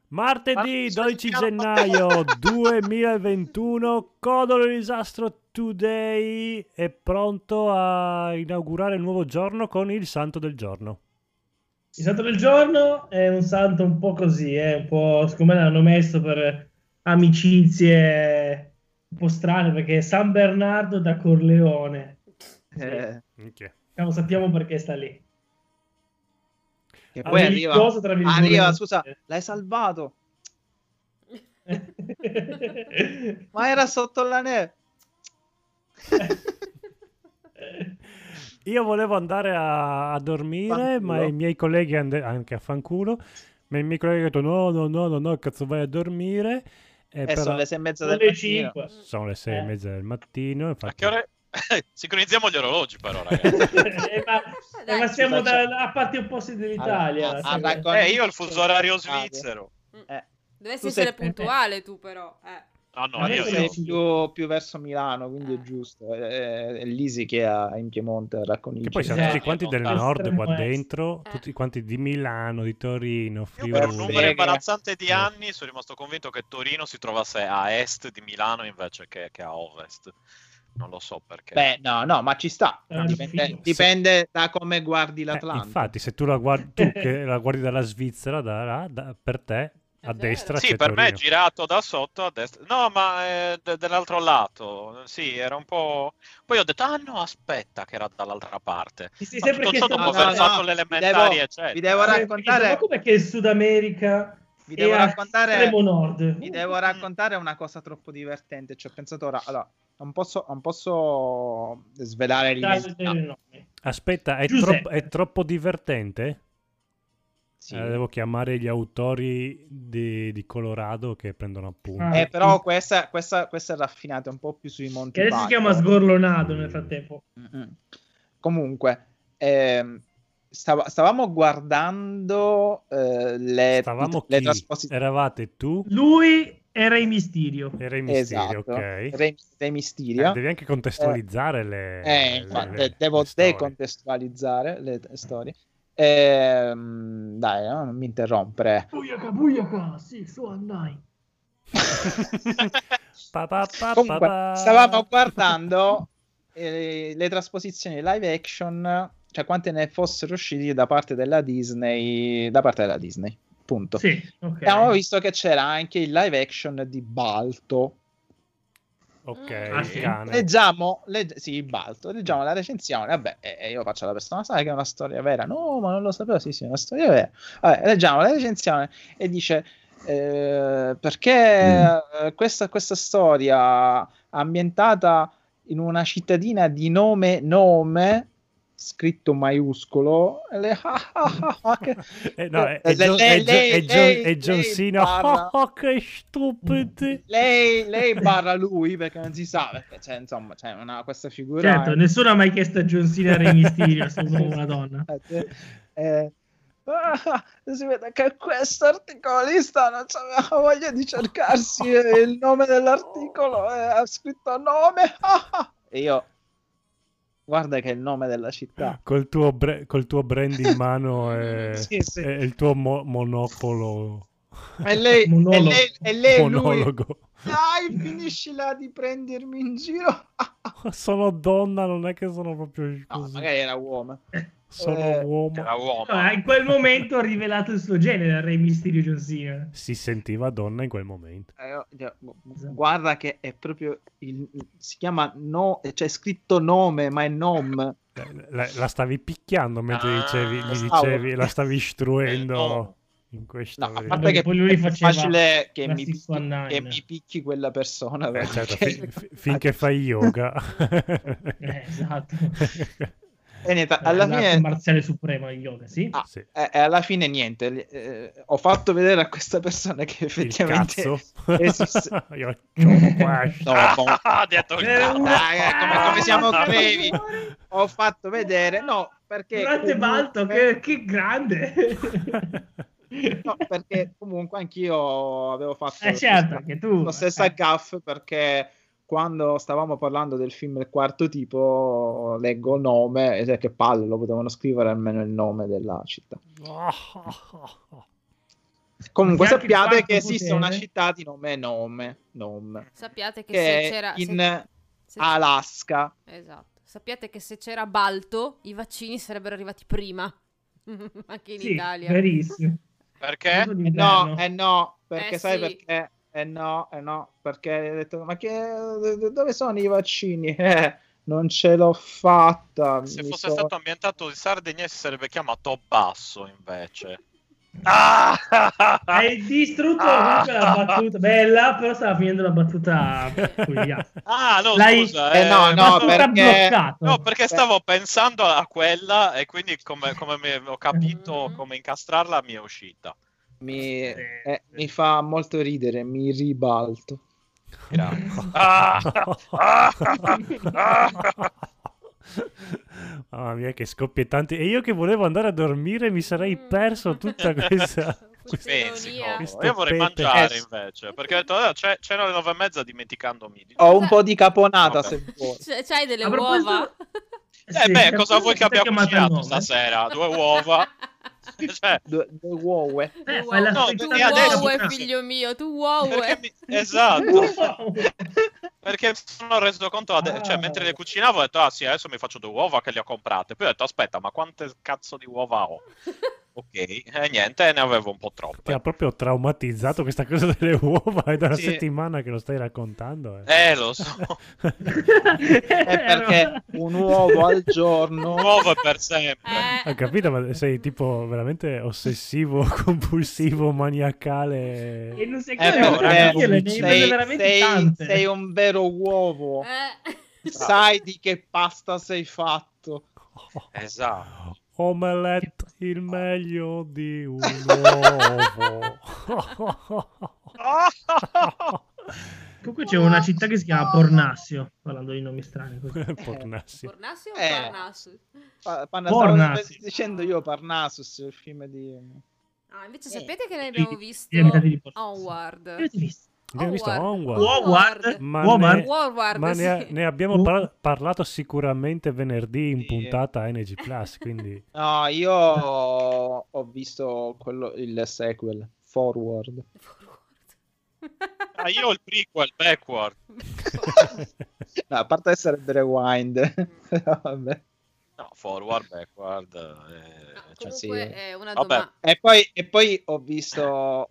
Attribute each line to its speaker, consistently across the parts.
Speaker 1: Martedì 12 gennaio 2021, Codolo Disastro Today è pronto a inaugurare il nuovo giorno con il santo del giorno.
Speaker 2: Il santo del giorno è un santo un po' così, un po', secondo me l'hanno messo per amicizie un po' strane, perché è San Bernardo da Corleone. Sì.
Speaker 1: Okay.
Speaker 2: Sappiamo perché sta lì.
Speaker 3: Che poi
Speaker 2: Religioso, tra virgolette.
Speaker 3: scusa, l'hai salvato. Ma era sotto la neve.
Speaker 1: Io volevo andare a dormire, ma i miei colleghi anche a fanculo. Ma i miei colleghi hanno detto no, cazzo vai a dormire.
Speaker 3: Però, sono le 6:30
Speaker 2: sono
Speaker 3: del
Speaker 2: le
Speaker 3: mattino.
Speaker 2: 5.
Speaker 1: Sono le 6:30 del mattino. Infatti...
Speaker 4: A che ore? Sincronizziamo gli orologi però, ragazzi.
Speaker 2: ma siamo a parti opposte dell'Italia.
Speaker 4: Io ho il fuso orario svizzero.
Speaker 5: Dovresti essere puntuale tu però.
Speaker 4: No, io
Speaker 3: sei più verso Milano, quindi è giusto. È l'Isi che ha in Piemonte raccoglie.
Speaker 1: Che poi siamo tutti quanti del nord qua dentro, tutti quanti di Milano, di Torino, Friuli.
Speaker 4: Io per un numero imbarazzante di anni sono rimasto convinto che Torino si trovasse a est di Milano invece che a ovest. Non lo so perché.
Speaker 3: Beh, no, ma ci sta. Dipende da come guardi l'Atlante.
Speaker 1: Infatti, se tu la guardi, tu che la guardi dalla Svizzera, per te a destra
Speaker 4: sì,
Speaker 1: c'è
Speaker 4: per
Speaker 1: Torino.
Speaker 4: me è girato da sotto a destra. No, ma dell'altro lato. Sì, era un po'. Poi ho detto, no, aspetta, che era dall'altra parte.
Speaker 2: Sì,
Speaker 4: ma tutto ciò dopo aver fatto l'elementari, eccetera.
Speaker 3: Vi devo raccontare.
Speaker 2: Ma com'è che il Sud America
Speaker 3: vi devo raccontare
Speaker 2: nord?
Speaker 3: Vi devo raccontare una cosa troppo divertente. Ci ho pensato ora. Allora, non posso svelare l'identità.
Speaker 1: Aspetta, è troppo divertente? Sì. Devo chiamare gli autori di Colorado che prendono appunti.
Speaker 3: Però questa è raffinata un po' più sui Monti
Speaker 2: Che adesso si chiama Sgorlonato nel frattempo.
Speaker 3: Comunque, stavamo guardando le trasposizioni.
Speaker 1: Eravate tu?
Speaker 2: Lui era Rey Mysterio.
Speaker 1: Era Mysterio,
Speaker 3: esatto.
Speaker 1: Ok.
Speaker 3: Rey Mysterio.
Speaker 1: Devi anche contestualizzare
Speaker 3: devo decontestualizzare le storie. Dai, non mi interrompere.
Speaker 2: Buyaka, sì, so andai.
Speaker 3: Comunque, stavamo guardando le trasposizioni live action, cioè quante ne fossero usciti da parte della Disney, punto.
Speaker 2: Sì, okay.
Speaker 3: Abbiamo visto che c'era anche il live action di Balto.
Speaker 1: Ok,
Speaker 3: sì.
Speaker 1: cane.
Speaker 3: Leggiamo Balto, leggiamo la recensione. Vabbè, io faccio la persona, sai che è una storia vera? No, ma non lo sapevo. Sì, è una storia vera. Vabbè, leggiamo la recensione e dice perché questa storia ambientata in una cittadina di nome scritto maiuscolo
Speaker 1: è John Cena. Che stupido.
Speaker 3: Lei barra lui perché non si sa, perché c'è questa figura.
Speaker 2: Certo, nessuno ha mai chiesto a John Cena Rey Mysterio se uomo o una donna.
Speaker 3: Si vede che questo articolista non aveva voglia di cercarsi il nome dell'articolo, ha scritto nome e io guarda che è il nome della città
Speaker 1: col tuo brand in mano e il tuo monopolo
Speaker 3: e lei
Speaker 1: monologo.
Speaker 3: Dai, finiscila di prendermi in giro.
Speaker 1: Sono donna, non è che sono proprio così.
Speaker 3: No, magari era uomo.
Speaker 1: Sono uomo.
Speaker 4: Era uomo.
Speaker 2: In quel momento ha rivelato il suo genere al Rey Mysterio John Cena.
Speaker 1: Si sentiva donna in quel momento.
Speaker 3: Guarda che è proprio si chiama c'è scritto nome, ma è nom.
Speaker 1: La stavi picchiando mentre gli dicevi, la stavi istruendo. In questo
Speaker 3: a parte che poi lui faceva facile che mi picchi quella persona,
Speaker 1: certo, finché fai yoga.
Speaker 2: Esatto.
Speaker 3: E niente, alla fine
Speaker 2: marziale supremo in yoga, sì.
Speaker 3: Sì. Alla fine niente, ho fatto vedere a questa persona che effettivamente esiste.
Speaker 1: Io ho
Speaker 4: detto
Speaker 3: come siamo brevi. Ho fatto vedere, perché
Speaker 2: grande Balto, che grande.
Speaker 3: No, perché comunque anch'io avevo fatto
Speaker 2: certo, che tu
Speaker 3: lo stesso gaff, perché quando stavamo parlando del film Il Quarto Tipo leggo nome, cioè che palle, lo potevano scrivere almeno il nome della città. Comunque
Speaker 2: Perché anche il
Speaker 3: sappiate
Speaker 2: quarto
Speaker 3: che esiste
Speaker 2: potere-
Speaker 3: una città di nome
Speaker 5: Sappiate che
Speaker 3: che
Speaker 5: se
Speaker 3: è
Speaker 5: c'era...
Speaker 3: in
Speaker 5: se-
Speaker 3: Alaska.
Speaker 5: Esatto. Sappiate che se c'era Balto, i vaccini sarebbero arrivati prima. Anche in
Speaker 2: Sì,
Speaker 5: Italia.
Speaker 2: verissimo.
Speaker 4: Perché?
Speaker 2: Soprattutto
Speaker 3: No,
Speaker 2: d'inverno.
Speaker 3: no, perché sai
Speaker 5: sì.
Speaker 3: perché? No, perché hai detto, ma dove sono i vaccini? Non ce l'ho fatta.
Speaker 4: Se
Speaker 3: mi
Speaker 4: fosse
Speaker 3: so-
Speaker 4: stato ambientato in Sardegna si sarebbe chiamato Basso invece.
Speaker 2: Hai distrutto comunque la battuta. Bella, però stava finendo la battuta. Pugliese.
Speaker 4: Ah, no,
Speaker 2: L'hai-
Speaker 4: scusa.
Speaker 3: no,
Speaker 2: Ma
Speaker 3: no,
Speaker 2: t'ha
Speaker 3: perché
Speaker 2: bloccato.
Speaker 4: No, perché stavo pensando a quella e quindi come ho capito
Speaker 5: Mhm.
Speaker 4: come incastrarla mi è uscita.
Speaker 3: mi fa molto ridere, mi ribalto.
Speaker 1: Mamma mia, che scoppiettante. E io che volevo andare a dormire mi sarei perso tutta questa...
Speaker 4: Pensi,
Speaker 5: ironia.
Speaker 4: no?
Speaker 1: Questo
Speaker 4: Io vorrei
Speaker 1: Pepe.
Speaker 4: mangiare invece, perché ho detto, c'erano le 9:30 dimenticandomi.
Speaker 3: Ho un po' di caponata
Speaker 4: Vabbè.
Speaker 3: se vuoi.
Speaker 5: C'hai delle
Speaker 2: A proposito-
Speaker 5: uova?
Speaker 2: Sì,
Speaker 4: Beh, cosa vuoi che
Speaker 2: ti ha
Speaker 4: abbia
Speaker 2: chiamato il
Speaker 4: cucinato
Speaker 2: nome?
Speaker 4: stasera? 2 uova? Cioè,
Speaker 3: Due uova.
Speaker 2: Fai la
Speaker 4: No,
Speaker 2: stessa
Speaker 5: Tu
Speaker 4: e adesso-
Speaker 5: uovo,
Speaker 2: cosa.
Speaker 5: figlio mio, tu uovo.
Speaker 4: Esatto.
Speaker 2: Wow.
Speaker 4: Perché mi sono reso conto, cioè, mentre le cucinavo, ho detto, ah sì, adesso mi faccio 2 uova che le ho comprate. Poi ho detto, aspetta, ma quante cazzo di uova ho? Ok, e niente, ne avevo un po'
Speaker 1: Ti ha
Speaker 4: troppe.
Speaker 1: proprio traumatizzato questa cosa delle uova. È da una
Speaker 3: Sì.
Speaker 1: settimana che lo stai raccontando.
Speaker 4: Lo so.
Speaker 3: È perché un uovo al giorno.
Speaker 4: Uovo per sempre.
Speaker 1: Ho capito, ma sei tipo veramente ossessivo, compulsivo, maniacale.
Speaker 2: E non sei
Speaker 3: È
Speaker 2: quello
Speaker 3: perché
Speaker 2: che ne prende veramente tante.
Speaker 3: sei un vero uovo. Sai di che pasta sei fatto.
Speaker 4: Esatto.
Speaker 1: Omelette, il meglio di un uovo.
Speaker 2: Comunque c'è una città che si chiama Pornassio, parlando di nomi strani così.
Speaker 1: Pornassi.
Speaker 5: Pornassi o
Speaker 3: Eh.
Speaker 5: Parnassus?
Speaker 3: Stavo dicendo io Parnassus, il film di...
Speaker 5: Ah, invece sapete che ne
Speaker 2: Sì,
Speaker 5: abbiamo visto
Speaker 2: abitati di Pornassio.
Speaker 5: Onward.
Speaker 2: Avete visto?
Speaker 1: Abbiamo visto Onward.
Speaker 2: Onward?
Speaker 1: Ma
Speaker 2: Onward?
Speaker 1: ne,
Speaker 5: Warward,
Speaker 1: ma
Speaker 5: sì.
Speaker 1: ne abbiamo
Speaker 2: Oh.
Speaker 1: parlato sicuramente venerdì in
Speaker 3: Sì.
Speaker 1: puntata NG Plus, quindi
Speaker 3: No, io ho visto il sequel, Forward.
Speaker 4: Ah, io ho il prequel, backward.
Speaker 3: No, a parte essere Rewind. Vabbè.
Speaker 4: No, forward, backward.
Speaker 5: Comunque
Speaker 3: sì.
Speaker 5: è una
Speaker 4: Vabbè.
Speaker 5: domanda.
Speaker 3: E poi ho visto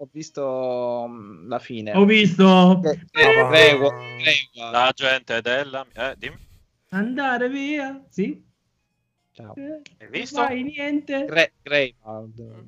Speaker 3: la fine.
Speaker 2: Ho visto
Speaker 3: Prego.
Speaker 4: La gente della... dimmi.
Speaker 2: andare via. Sì.
Speaker 3: Ciao.
Speaker 4: Hai visto?
Speaker 2: Vai, niente.
Speaker 3: Greywald.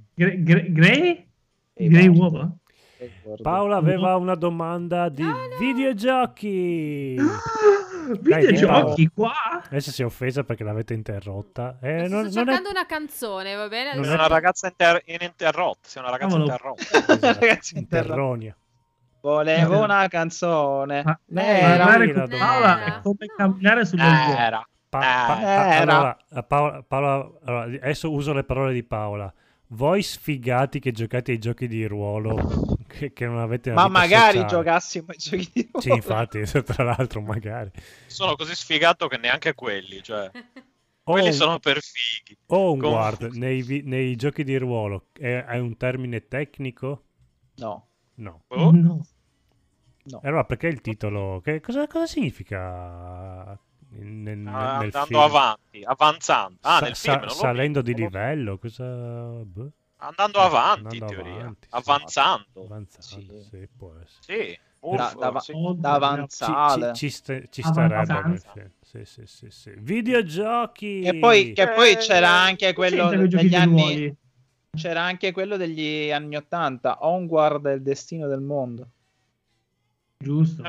Speaker 2: Grey? Grey uova?
Speaker 1: Paola aveva una domanda di videogiochi.
Speaker 2: Videogiochi qua?
Speaker 1: Adesso si è offesa perché l'avete interrotta.
Speaker 5: Sto
Speaker 1: Non è...
Speaker 5: cercando una canzone, va bene?
Speaker 1: Non
Speaker 4: Sei
Speaker 1: è-
Speaker 4: una ragazza ininterrotta. Sei una ragazza
Speaker 2: Cavolo.
Speaker 4: interrotta.
Speaker 3: Ragazzi,
Speaker 1: interronia.
Speaker 3: Volevo una canzone.
Speaker 2: Ma-
Speaker 3: Nera.
Speaker 2: parlare
Speaker 1: la
Speaker 2: con
Speaker 1: domanda.
Speaker 2: Paola è come camminare sulle uova.
Speaker 4: Era.
Speaker 3: Era.
Speaker 1: Allora, Paola, allora, adesso uso le parole di Paola. Voi sfigati che giocate ai giochi di ruolo, che non avete una
Speaker 3: Ma
Speaker 1: vita
Speaker 3: magari
Speaker 1: sociale.
Speaker 3: giocassimo ai giochi di ruolo.
Speaker 1: Sì, infatti, tra l'altro, magari.
Speaker 4: Sono così sfigato che neanche quelli, cioè... Quelli sono per fighi.
Speaker 1: Onward nei giochi di ruolo è un termine tecnico?
Speaker 3: No.
Speaker 1: No.
Speaker 4: Oh?
Speaker 2: No.
Speaker 1: E allora perché il titolo? Cosa significa nel
Speaker 4: Andando
Speaker 1: film?
Speaker 4: avanti, avanzando. Nel film non l'ho
Speaker 1: salendo
Speaker 4: visto,
Speaker 1: di
Speaker 4: non l'ho
Speaker 1: livello? Cosa... boh.
Speaker 4: Andando avanti, in
Speaker 1: Andando
Speaker 4: teoria.
Speaker 1: avanti, sì.
Speaker 4: Avanzando.
Speaker 1: Avanzando, sì, può essere.
Speaker 4: Sì. Sì.
Speaker 3: Davanzale.
Speaker 1: Ci starebbe nel
Speaker 2: Avanzanza.
Speaker 1: film. Sì. Videogiochi!
Speaker 3: Che poi c'era anche quello
Speaker 2: C'entra con i giochi
Speaker 3: degli
Speaker 2: di
Speaker 3: anni.
Speaker 2: ruoli?
Speaker 3: C'era anche quello degli anni 80. Onward e il destino del mondo.
Speaker 2: Giusto.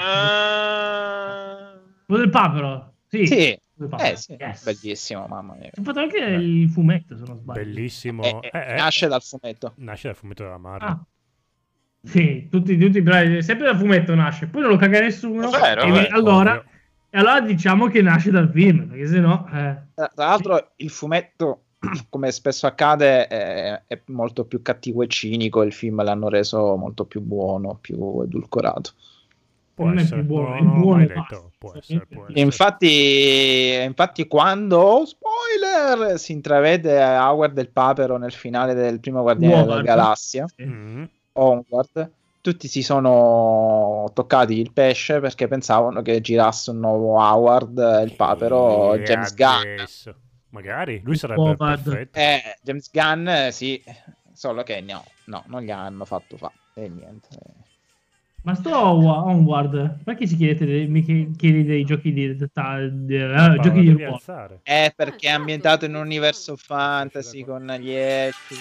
Speaker 4: Eh,
Speaker 2: Quello del papero. Sì.
Speaker 3: Sì.
Speaker 2: Quello del papero.
Speaker 3: Sì.
Speaker 2: Yes.
Speaker 3: Bellissimo, mamma mia.
Speaker 2: Ho fatto anche il fumetto, se non sbaglio.
Speaker 1: Bellissimo.
Speaker 3: Nasce dal fumetto.
Speaker 1: Nasce dal fumetto della Marvel.
Speaker 2: Ah. Sì, tutti bravi. Sempre dal fumetto nasce. Poi non lo caga nessuno.
Speaker 4: È vero,
Speaker 2: E
Speaker 4: è vero.
Speaker 2: allora diciamo che nasce dal film, perché sennò...
Speaker 3: Tra l'altro il fumetto, come spesso accade, è molto più cattivo e cinico. Il film l'hanno reso molto più buono, più edulcorato.
Speaker 2: secondo me è
Speaker 1: essere,
Speaker 2: più buono.
Speaker 1: no,
Speaker 2: È
Speaker 1: non l'ho
Speaker 2: buono
Speaker 1: mai
Speaker 2: e
Speaker 1: detto,
Speaker 2: basta.
Speaker 1: può essere.
Speaker 3: Infatti, quando, spoiler, si intravede Howard del Papero nel finale del primo Guardiano della
Speaker 2: Howard.
Speaker 3: Galassia,
Speaker 2: Sì.
Speaker 3: Onward, tutti si sono toccati il pesce perché pensavano che girasse un nuovo Howard il Papero,
Speaker 1: E
Speaker 3: James Gunn.
Speaker 1: adesso. Magari lui sarebbe
Speaker 2: Howard.
Speaker 1: perfetto.
Speaker 3: James Gunn, sì, solo che no, non gli hanno fatto fare e niente.
Speaker 2: Ma sto Onward, perché ci mi chiedi dei giochi di
Speaker 1: Paolo,
Speaker 2: giochi di
Speaker 1: devi
Speaker 2: ruolo?
Speaker 1: alzare.
Speaker 3: Perché è
Speaker 5: certo,
Speaker 3: ambientato in un
Speaker 5: sì,
Speaker 3: universo
Speaker 5: sì.
Speaker 3: fantasy con gli elfi.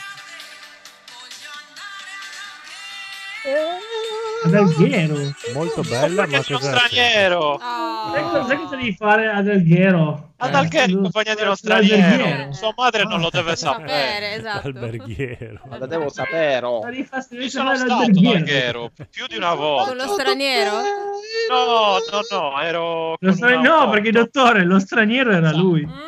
Speaker 2: Ad Alghero.
Speaker 1: Molto bella,
Speaker 4: Perché
Speaker 1: ma
Speaker 4: sono
Speaker 1: cosa c'è?
Speaker 4: straniero.
Speaker 2: Sai cosa devi fare ad Alghero?
Speaker 4: Ad Alghero in compagnia di uno
Speaker 2: L'alberghiero.
Speaker 4: straniero. Sua madre non lo deve
Speaker 5: Sapere,
Speaker 4: sapere.
Speaker 5: esatto.
Speaker 1: L'alberghiero.
Speaker 3: Ma la devo sapere.
Speaker 2: Ma devi
Speaker 4: Io sono
Speaker 2: fare
Speaker 4: stato ad
Speaker 2: l'alberghiero.
Speaker 4: Alghero più di una
Speaker 5: Con
Speaker 4: volta.
Speaker 5: lo straniero?
Speaker 4: No, ero con
Speaker 2: No, perché dottore, lo straniero era lui.
Speaker 5: Mm.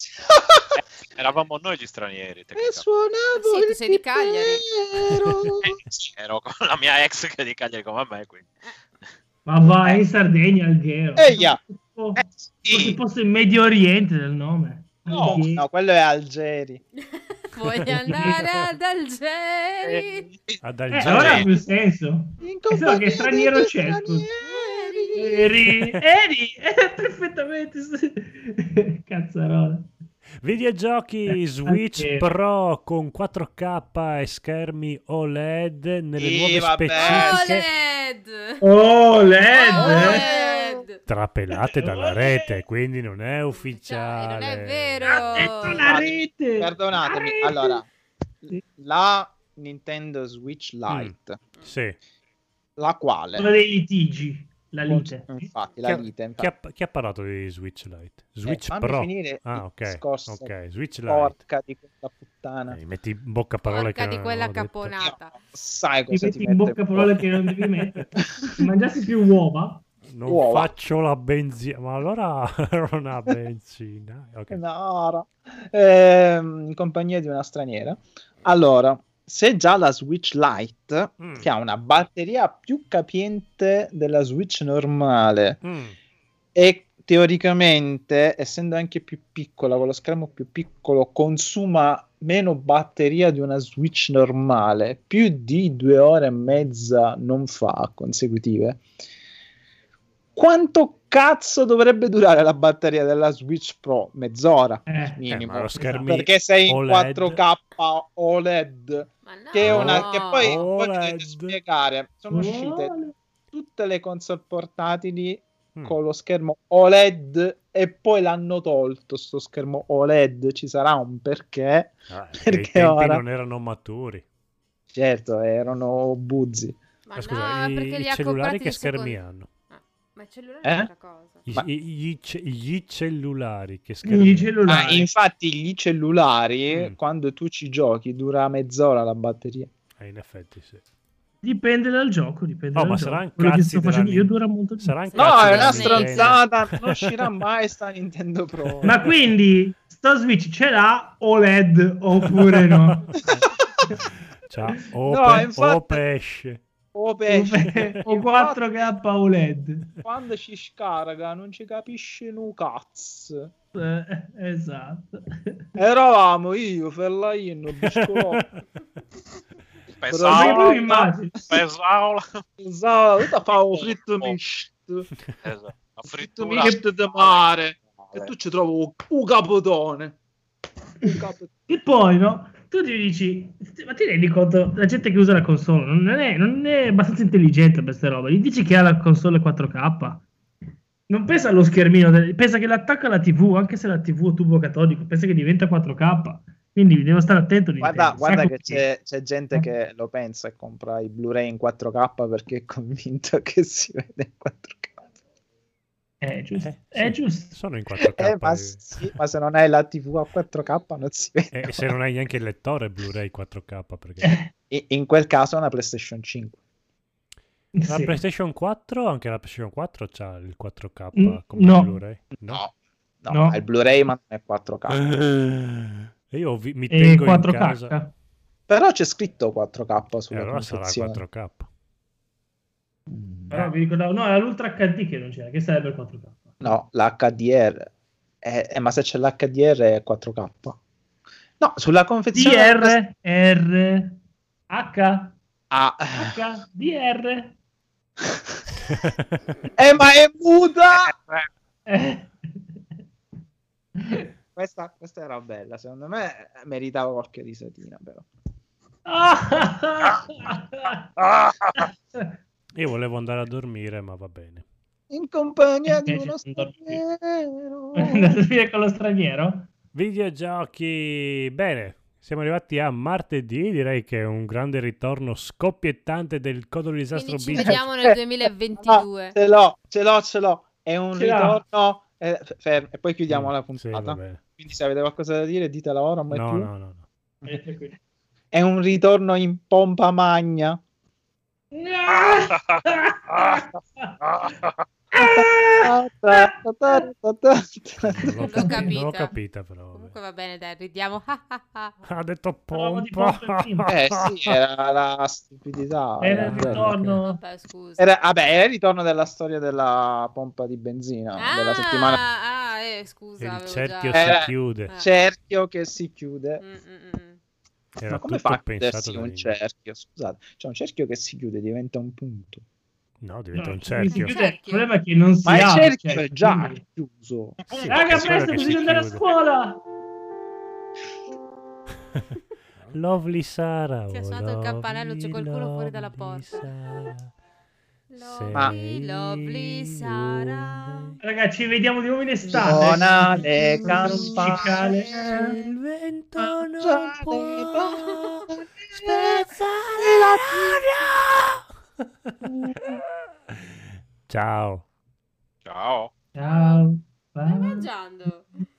Speaker 4: Eravamo noi gli stranieri.
Speaker 3: E
Speaker 4: tecnicamente.
Speaker 3: suonavo
Speaker 5: Sì, tu sei di Cagliari.
Speaker 4: Sì, ero con la mia ex che è di Cagliari come me, quindi.
Speaker 2: Ma vai in Sardegna, Alghero.
Speaker 3: Eia.
Speaker 2: Forse posto in Medio Oriente del nome.
Speaker 3: No, quello è Algeri.
Speaker 5: Voglio andare ad Algeri.
Speaker 1: Ad
Speaker 2: Allora ha
Speaker 1: Algeri.
Speaker 2: più senso.
Speaker 3: In
Speaker 2: Solo che straniero
Speaker 3: degli
Speaker 2: c'è, scusa.
Speaker 3: stranieri.
Speaker 2: Eri, perfettamente. Cazzarola.
Speaker 1: Videogiochi Switch
Speaker 2: Algeri.
Speaker 1: Pro con 4K e schermi OLED nelle
Speaker 3: Sì,
Speaker 1: nuove
Speaker 3: vabbè.
Speaker 1: specifiche
Speaker 2: LED.
Speaker 5: OLED.
Speaker 1: trapelate dalla rete, quindi non è
Speaker 5: Cioè,
Speaker 1: ufficiale.
Speaker 5: non è vero.
Speaker 2: Ha detto la rete.
Speaker 3: Perdonatemi,
Speaker 2: La rete.
Speaker 3: allora, la Nintendo Switch Lite,
Speaker 1: Sì.
Speaker 3: la quale...
Speaker 2: Uno dei litigi. La lite.
Speaker 3: Infatti, la lite,
Speaker 1: Chi ha parlato di Switch Lite? Switch
Speaker 3: fammi
Speaker 1: Pro.
Speaker 3: finire
Speaker 1: Ah,
Speaker 3: il
Speaker 1: ok.
Speaker 3: discorso.
Speaker 1: Ok, Switch Lite.
Speaker 3: Porca di quella puttana.
Speaker 1: Metti in bocca parole
Speaker 5: Porca
Speaker 1: che
Speaker 5: di
Speaker 1: non
Speaker 5: quella
Speaker 1: ho detto.
Speaker 5: caponata.
Speaker 3: Sai
Speaker 2: Ti
Speaker 3: cosa
Speaker 2: metti
Speaker 3: ti
Speaker 2: in
Speaker 3: mette
Speaker 2: bocca parole che non devi mettere. Se mangiassi più uova.
Speaker 1: Non
Speaker 3: Uova.
Speaker 1: faccio la benzina, ma allora era una benzina. Ok.
Speaker 3: No, in compagnia di una straniera. Allora, se già la Switch Lite, che ha una batteria più capiente della Switch normale, e teoricamente, essendo anche più piccola, con lo schermo più piccolo, consuma meno batteria di una Switch normale, più di 2 ore e mezza non fa consecutive. Quanto cazzo dovrebbe durare la batteria della Switch Pro? Mezz'ora minimo,
Speaker 1: ma lo schermi
Speaker 3: perché sei in
Speaker 1: OLED.
Speaker 3: 4K OLED,
Speaker 5: Ma no.
Speaker 3: che è una che poi
Speaker 1: OLED.
Speaker 3: mi dovete spiegare, sono uscite tutte le console portatili con lo schermo OLED e poi l'hanno tolto sto schermo OLED, ci sarà un perché,
Speaker 1: Perché i tempi non erano maturi.
Speaker 3: certo, erano buzzi.
Speaker 5: Ma
Speaker 1: Scusa,
Speaker 5: no, perché
Speaker 1: i
Speaker 5: li ha
Speaker 1: cellulari
Speaker 5: comprati
Speaker 1: che
Speaker 5: di
Speaker 1: schermi
Speaker 5: seconda-
Speaker 1: hanno?
Speaker 5: Ma il cellulare è un'altra cosa.
Speaker 1: Gli cellulari che schermi
Speaker 2: I cellulari.
Speaker 3: Infatti gli cellulari, quando tu ci giochi, dura mezz'ora la batteria.
Speaker 1: in effetti sì.
Speaker 2: Dipende dal gioco, dipende
Speaker 1: Oh,
Speaker 2: dal
Speaker 1: ma
Speaker 2: gioco.
Speaker 1: saranno
Speaker 2: Quello che
Speaker 1: cazzi
Speaker 2: sto facendo
Speaker 1: della
Speaker 2: io dura molto di più.
Speaker 1: Saranno
Speaker 5: Sì.
Speaker 3: No,
Speaker 1: cazzi
Speaker 3: è
Speaker 1: della
Speaker 3: una
Speaker 5: Nintendo.
Speaker 3: stronzata, non uscirà mai sta Nintendo Pro.
Speaker 2: Ma quindi sto Switch ce l'ha OLED oppure no?
Speaker 1: Ciao,
Speaker 3: No, infatti-
Speaker 1: o pesce.
Speaker 3: Oh, pesce.
Speaker 2: O 4K OLED.
Speaker 3: Quando ci scarica non ci capisce un cazzo.
Speaker 2: Esatto.
Speaker 3: Eravamo io, Fellaino, Biscolotto.
Speaker 2: Ma io mi immagino.
Speaker 4: Pesao.
Speaker 3: Pensavo, io favo fritto misto.
Speaker 4: Esatto. La
Speaker 3: Fritto
Speaker 4: frittura.
Speaker 3: misto di mare. E tu ci trovi un capotone.
Speaker 2: E poi, no? Tu ti dici, ma ti rendi conto, la gente che usa la console non è abbastanza intelligente per queste robe. Gli dici che ha la console 4K. Non pensa allo schermino, pensa che l'attacca alla TV, anche se la TV è tubo catodico, pensa che diventa 4K. Quindi devo stare attento.
Speaker 3: Guarda
Speaker 2: Nintendo.
Speaker 3: che c'è gente che lo pensa e compra i Blu-ray in 4K perché è convinto che si vede in 4K.
Speaker 2: È giusto.
Speaker 1: Sì,
Speaker 2: È giusto.
Speaker 1: Sono in 4K.
Speaker 3: Ma se non hai la TV a 4K non si vede.
Speaker 1: E se non hai neanche il lettore Blu-ray 4K, perché
Speaker 3: In quel caso è una PlayStation 5.
Speaker 1: la
Speaker 2: Sì.
Speaker 1: PlayStation 4, anche la PlayStation 4 c'ha il 4K
Speaker 2: Mm,
Speaker 1: come
Speaker 2: no.
Speaker 1: Blu-ray? No.
Speaker 3: No, è il Blu-ray ma non è 4K.
Speaker 1: E io mi
Speaker 2: E
Speaker 1: tengo in
Speaker 2: 4K.
Speaker 1: casa.
Speaker 3: Però c'è scritto 4K
Speaker 1: E
Speaker 3: sulla
Speaker 1: allora sarà
Speaker 3: confezione.
Speaker 1: 4K.
Speaker 2: Però vi ricordavo, no, era l'Ultra HD che non c'era, che sarebbe il 4K.
Speaker 3: No, l'HDR. Ma se c'è l'HDR è 4K. No, sulla confezione...
Speaker 2: DR, R, H,
Speaker 3: Ah.
Speaker 2: H, DR.
Speaker 3: Ma è muta! Questa era bella, secondo me meritava qualche risatina, però.
Speaker 1: Io volevo andare a dormire, ma va bene.
Speaker 3: In compagnia di
Speaker 2: Invece
Speaker 3: uno
Speaker 2: non dormi.
Speaker 3: straniero.
Speaker 2: Andate a finire con lo straniero?
Speaker 1: Videogiochi. Bene, siamo arrivati a martedì. Direi che è un grande ritorno scoppiettante del Codolo Disastro
Speaker 5: Quindi ci
Speaker 1: Beat.
Speaker 5: vediamo nel 2022.
Speaker 3: Ce l'ho. È un
Speaker 2: Ce l'ha.
Speaker 3: ritorno. Fermo, e poi chiudiamo la
Speaker 1: Sì,
Speaker 3: puntata.
Speaker 1: va bene.
Speaker 3: Quindi se avete qualcosa da dire, ditela ora. Ma
Speaker 1: No,
Speaker 3: più.
Speaker 1: no.
Speaker 3: È un ritorno in pompa magna.
Speaker 5: L'ho capita.
Speaker 1: Non l'ho capita, però. Vabbè.
Speaker 5: Comunque va bene, dai, ridiamo.
Speaker 1: Ha detto
Speaker 2: Parlavamo di
Speaker 1: pompa.
Speaker 2: pompe prima.
Speaker 3: Sì, era la stupidità.
Speaker 2: Era il
Speaker 3: quello che-
Speaker 2: ritorno.
Speaker 5: Vabbè, scusa.
Speaker 3: Era il ritorno della storia della pompa di benzina della settimana.
Speaker 5: Scusa,
Speaker 1: Il
Speaker 5: avevo
Speaker 1: cerchio
Speaker 5: già...
Speaker 1: si chiude.
Speaker 3: Cerchio che si chiude.
Speaker 1: Era
Speaker 3: Ma come
Speaker 1: tutto
Speaker 3: fa a
Speaker 1: pensato
Speaker 3: chiudersi
Speaker 1: da
Speaker 3: un
Speaker 1: Nintendo.
Speaker 3: cerchio? Scusate, c'è un cerchio che si chiude, diventa un punto.
Speaker 1: No, diventa un
Speaker 2: No,
Speaker 1: cerchio.
Speaker 2: il problema è che non si
Speaker 3: Ma il
Speaker 2: apre,
Speaker 3: cerchio
Speaker 2: cioè,
Speaker 3: è già
Speaker 2: quindi-
Speaker 3: chiuso.
Speaker 4: Punto
Speaker 2: Raga,
Speaker 4: che si-
Speaker 2: presto,
Speaker 1: che
Speaker 2: bisogna
Speaker 1: si
Speaker 2: andare a
Speaker 1: chiude.
Speaker 2: scuola!
Speaker 1: Lovely Sara.
Speaker 5: Ti ha
Speaker 1: oh,
Speaker 5: suonato il campanello, c'è
Speaker 1: lovely,
Speaker 5: qualcuno fuori dalla
Speaker 1: lovely
Speaker 5: porta.
Speaker 1: Sara.
Speaker 5: Lovely, lovely
Speaker 1: Sei
Speaker 5: Sara.
Speaker 2: Raga, ci vediamo di nuovo in estate.
Speaker 3: Suona le
Speaker 2: Cicale.
Speaker 3: campane.
Speaker 1: Il vento non
Speaker 3: Mangiare
Speaker 1: può
Speaker 3: pane.
Speaker 1: spezzare la rabbia. Ciao.
Speaker 4: Ciao.
Speaker 2: Ciao.
Speaker 5: Stai mangiando?